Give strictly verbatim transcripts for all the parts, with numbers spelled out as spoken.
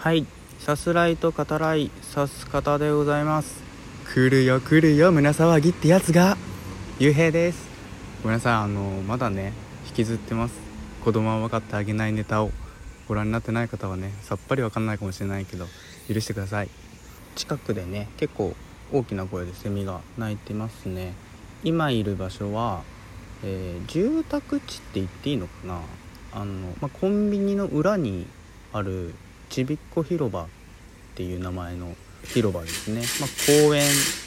はい、さすらいと語らいさす方でございます。来るよ来るよ胸騒ぎってやつがゆうへいです。ごめんなさい、あのまだね引きずってます。子供は分かってあげないネタをご覧になってない方はねさっぱり分かんないかもしれないけど許してください。近くでね結構大きな声でセミが鳴いてますね。今いる場所は、えー、住宅地って言っていいのかな。あの、まあ、コンビニの裏にあるちびっこ広場っていう名前の広場ですね。まあ、公園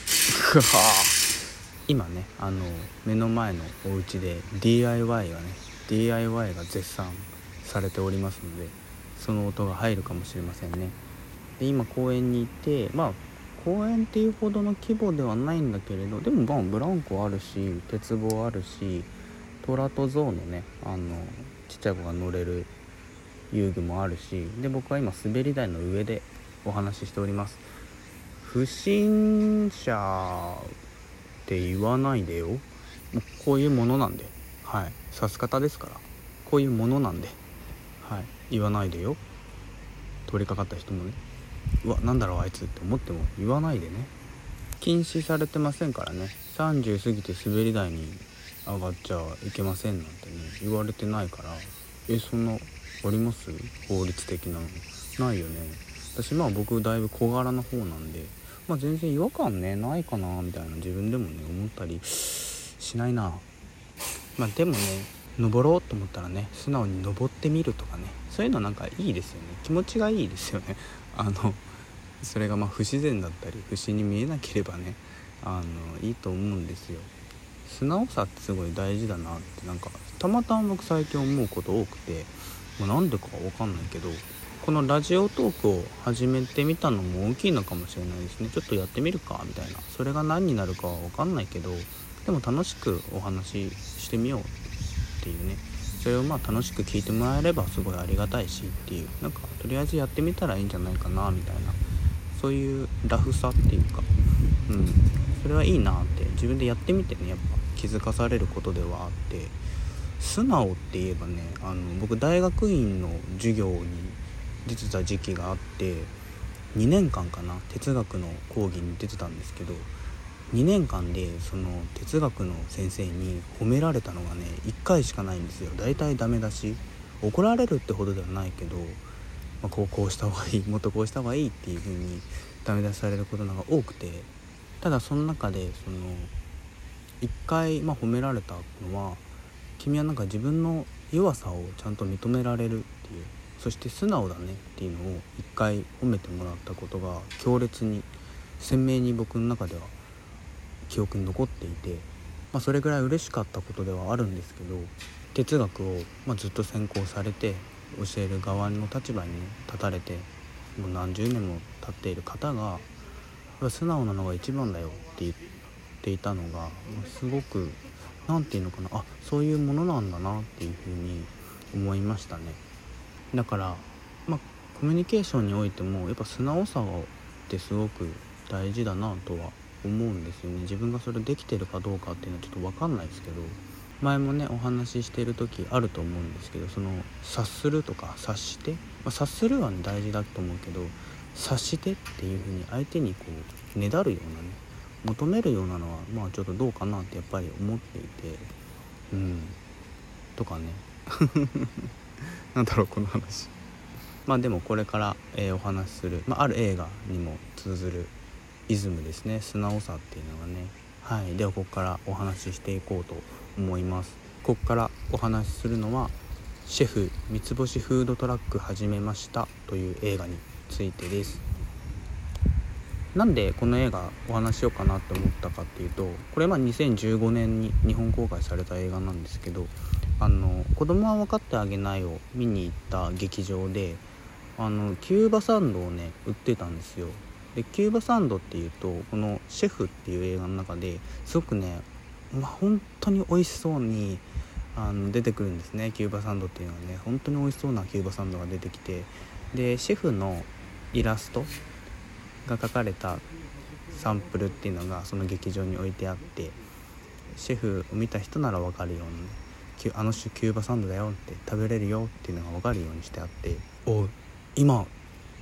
今ねあの目の前のお家で ディーアイワイ がね ディーアイワイ が絶賛されておりますので、その音が入るかもしれませんね。で今公園にいて、まあ公園っていうほどの規模ではないんだけれど、でもまあブランコあるし鉄棒あるしトラとゾウのねあのちっちゃい子が乗れる遊具もあるし、で僕は今滑り台の上でお話ししております。不審者って言わないでよ。もうこういうものなんで、はい、さす方ですからこういうものなんで、はい、言わないでよ。通りかかった人もね、うわなんだろうあいつって思っても言わないでね。禁止されてませんからね。さんじゅう過ぎて滑り台に上がっちゃいけませんなんてね言われてないから、えそんなあります？法律的なのないよね。私まあ僕だいぶ小柄な方なんで、まあ全然違和感ねないかなみたいな自分でもね思ったりしないな。まあでもね登ろうと思ったらね素直に登ってみるとかね、そういうのなんかいいですよね。気持ちがいいですよね。あのそれがまあ不自然だったり不審に見えなければねあのいいと思うんですよ。素直さってすごい大事だなってなんかたまたま僕最近思うこと多くて、まあ、なんでかわかんないけどこのラジオトークを始めてみたのも大きいのかもしれないですね。ちょっとやってみるかみたいな、それが何になるかはわかんないけどでも楽しくお話ししてみようっていうね、それをまあ楽しく聞いてもらえればすごいありがたいしっていう、なんかとりあえずやってみたらいいんじゃないかなみたいな、そういうラフさっていうか、うんそれはいいなって自分でやってみてねやっぱ気づかされることではあって、素直って言えばねあの僕大学院の授業に出てた時期があって、にねんかんかな哲学の講義に出てたんですけど、にねんかんでその哲学の先生に褒められたのがねいっかいしかないんですよ。だいたいダメ出し、怒られるってほどではないけど、まあ、こうこうした方がいいもっとこうした方がいいっていう風にダメ出しされることのが多くて、ただその中でそのいっかい、まあ、褒められたのは、君はなんか自分の弱さをちゃんと認められるっていう、そして素直だねっていうのをいっかい褒めてもらったことが強烈に鮮明に僕の中では記憶に残っていて、まあ、それぐらい嬉しかったことではあるんですけど、哲学を、まあ、ずっと専攻されて教える側の立場に、ね、立たれてもう何十年も経っている方が素直なのが一番だよって言っていたのがすごくなんていうのかな、あそういうものなんだなっていうふうに思いましたね。だからまあコミュニケーションにおいてもやっぱ素直さってすごく大事だなとは思うんですよね。自分がそれできてるかどうかっていうのはちょっと分かんないですけど、前もねお話ししている時あると思うんですけど、その察するとか察して、まあ、察するは、ね、大事だと思うけど察してっていう風に相手にこうねだるようなね求めるようなのはまあちょっとどうかなってやっぱり思っていて、うんとかねなんだろうこの話。まあでもこれから、えー、お話しする、まあ、ある映画にも通ずるイズムですね、素直さっていうのがね。はい、ではここからお話ししていこうと思います。ここからお話しするのはシェフ三つ星フードトラック始めましたという映画についてです。なんでこの映画お話しようかなって思ったかっていうと、これまあにせんじゅうごねんに日本公開された映画なんですけど、あの子供は分かってあげないを見に行った劇場であのキューバサンドをね売ってたんですよ。でキューバサンドっていうとこのシェフっていう映画の中ですごくね、まあ、本当に美味しそうにあの出てくるんですね。キューバサンドっていうのはね本当に美味しそうなキューバサンドが出てきて、でシェフのイラストが描かれたサンプルっていうのがその劇場に置いてあって、シェフを見た人なら分かるように、ね、あのキューバサンドだよって食べれるよっていうのが分かるようにしてあって、お今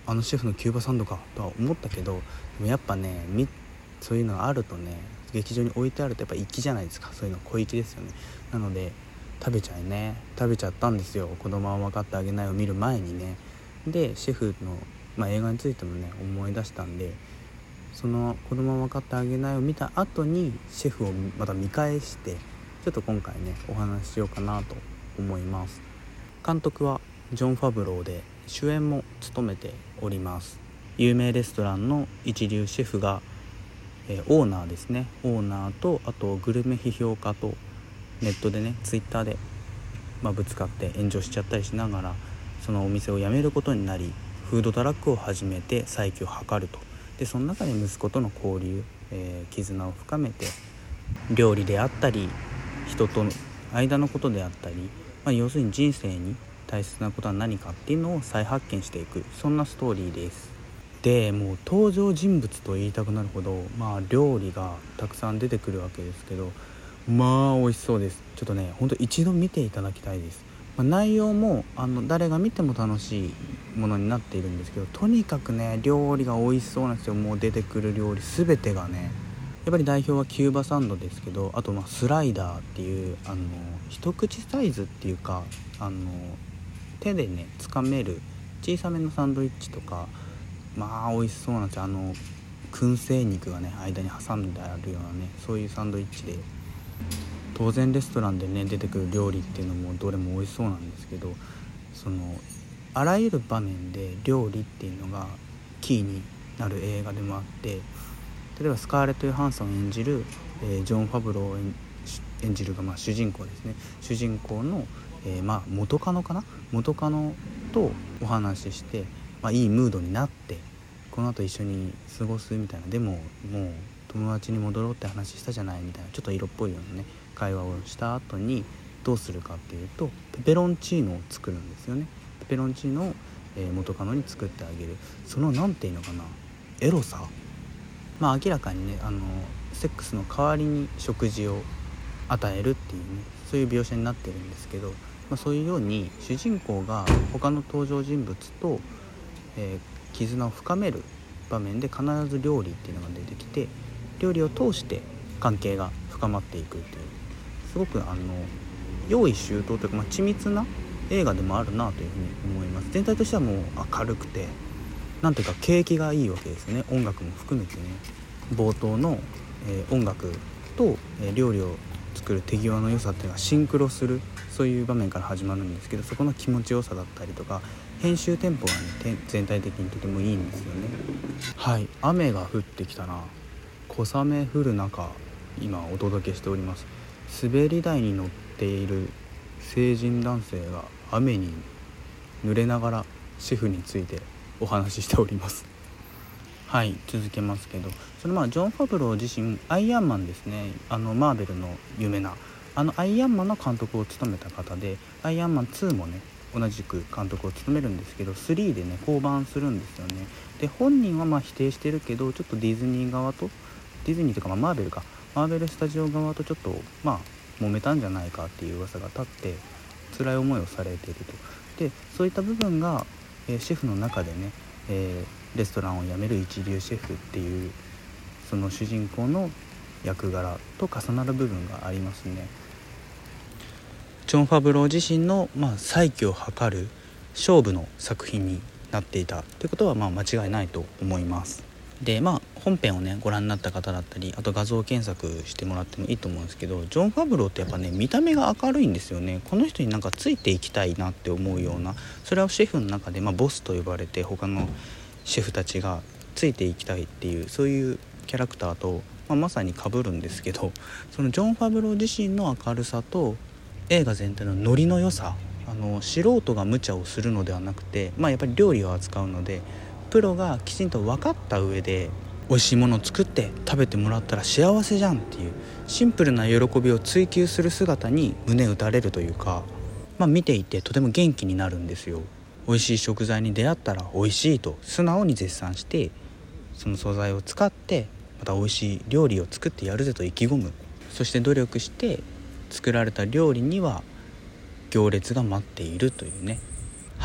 あのシェフのキューバサンドかとは思ったけど、でもやっぱねそういうのがあるとね、劇場に置いてあるとやっぱ粋じゃないですか。そういうの小粋ですよね。なので食べちゃいね食べちゃったんですよ。子供は分かってあげないを見る前にね。でシェフの、まあ、映画についてもね思い出したんで、その子供は分かってあげないを見た後にシェフをまた見返して、ちょっと今回ねお話ししようかなと思います。監督はジョン・ファブローで、主演も務めております。有名レストランの一流シェフが、えー、オーナーですねオーナーと、あとグルメ批評家とネットでねツイッターで、まあ、ぶつかって炎上しちゃったりしながら、そのお店を辞めることになり、フードトラックを始めて再起を図ると。でその中で息子との交流、えー、絆を深めて、料理であったり人との間のことであったり、まあ、要するに人生に大切なことは何かっていうのを再発見していく、そんなストーリーです。でもう登場人物と言いたくなるほど、まあ料理がたくさん出てくるわけですけど、まあ美味しそうです。ちょっとねほんと一度見ていただきたいです。まあ、内容もあの誰が見ても楽しいものになっているんですけど、とにかくね料理が美味しそうなんですよ。もう出てくる料理全てがね、やっぱり代表はキューバサンドですけど、あとまあスライダーっていうあの一口サイズっていうか、あの手でね掴める小さめのサンドイッチとか、まあ美味しそうなんですよ。あの燻製肉がね間に挟んであるようなね、そういうサンドイッチで、当然レストランでね出てくる料理っていうのもどれも美味しそうなんですけど、そのあらゆる場面で料理っていうのがキーになる映画でもあって、例えばスカーレット・ヨハンソン演じる、えー、ジョン・ファブロー 演, 演じるが、まあ、主人公ですね。主人公の、えーまあ、元カノかな元カノとお話しして、まあ、いいムードになって、この後一緒に過ごすみたいな、でももう友達に戻ろうって話したじゃないみたいな、ちょっと色っぽいようなね会話をした後にどうするかっていうと、ペペロンチーノを作るんですよね。ペペロンチーノを、えー、元カノに作ってあげる、そのなんていうのかな、エロさ、まあ明らかにねあのセックスの代わりに食事を与えるっていうね、そういう描写になってるんですけど、まあ、そういうように主人公が他の登場人物と、えー、絆を深める場面で必ず料理っていうのが出てきて、料理を通して関係が深まっていくっていう、すごくあの用意周到というか、まあ、緻密な映画でもあるなというふうに思います。全体としてはもう明るくて、なんていうか景気がいいわけですよね。音楽も含めてね、冒頭の、えー、音楽と、えー、料理を作る手際の良さっていうのがシンクロする、そういう場面から始まるんですけど、そこの気持ちよさだったりとか、編集テンポがね全体的にとてもいいんですよね。はい、雨が降ってきたな。小雨降る中今お届けしております。滑り台に乗っている成人男性が雨に濡れながらシェフについてお話ししております。はい、続けますけど、それまあジョン・ファブロー自身アイアンマンですね、あのマーベルの有名なあのアイアンマンの監督を務めた方で、アイアンマンツーもね同じく監督を務めるんですけど、スリーでね降板するんですよね。で本人はまあ否定してるけど、ちょっとディズニー側とディズニーというか、まあマーベルかマーベルスタジオ側とちょっとまあ揉めたんじゃないかっていう噂が立って、辛い思いをされていると。でそういった部分が、えー、シェフの中でね、えー、レストランを辞める一流シェフっていうその主人公の役柄と重なる部分がありますね。ジョン・ファブロー自身の、まあ、再起を図る勝負の作品になっていたということは、まあ、間違いないと思います。でまあ本編をねご覧になった方だったり、あと画像検索してもらってもいいと思うんですけど、ジョン・ファブローってやっぱね見た目が明るいんですよね。この人になんかついていきたいなって思うような、それはシェフの中で、まあ、ボスと呼ばれて他のシェフたちがついていきたいっていう、そういうキャラクターと、まあ、まさに被るんですけど、そのジョン・ファブロー自身の明るさと映画全体のノリの良さ、あの素人が無茶をするのではなくて、まあ、やっぱり料理を扱うのでプロがきちんと分かった上で美味しいものを作って食べてもらったら幸せじゃんっていうシンプルな喜びを追求する姿に胸打たれるというか、まあ、見ていてとても元気になるんですよ。美味しい食材に出会ったら美味しいと素直に絶賛して、その素材を使ってまた美味しい料理を作ってやるぜと意気込む。そして努力して作られた料理には行列が待っているというね。はい、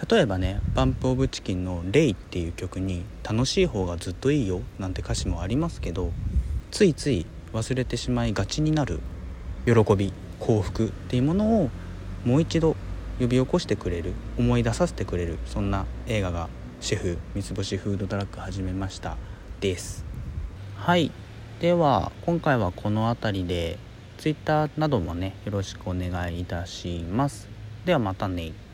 例えばねバンプオブチキンのレイっていう曲に楽しい方がずっといいよなんて歌詞もありますけど、ついつい忘れてしまいがちになる喜び幸福っていうものをもう一度呼び起こしてくれる、思い出させてくれる、そんな映画がシェフ三つ星フードトラック始めましたです。はい、では今回はこの辺りで Twitter などもねよろしくお願いいたします。ではまたね。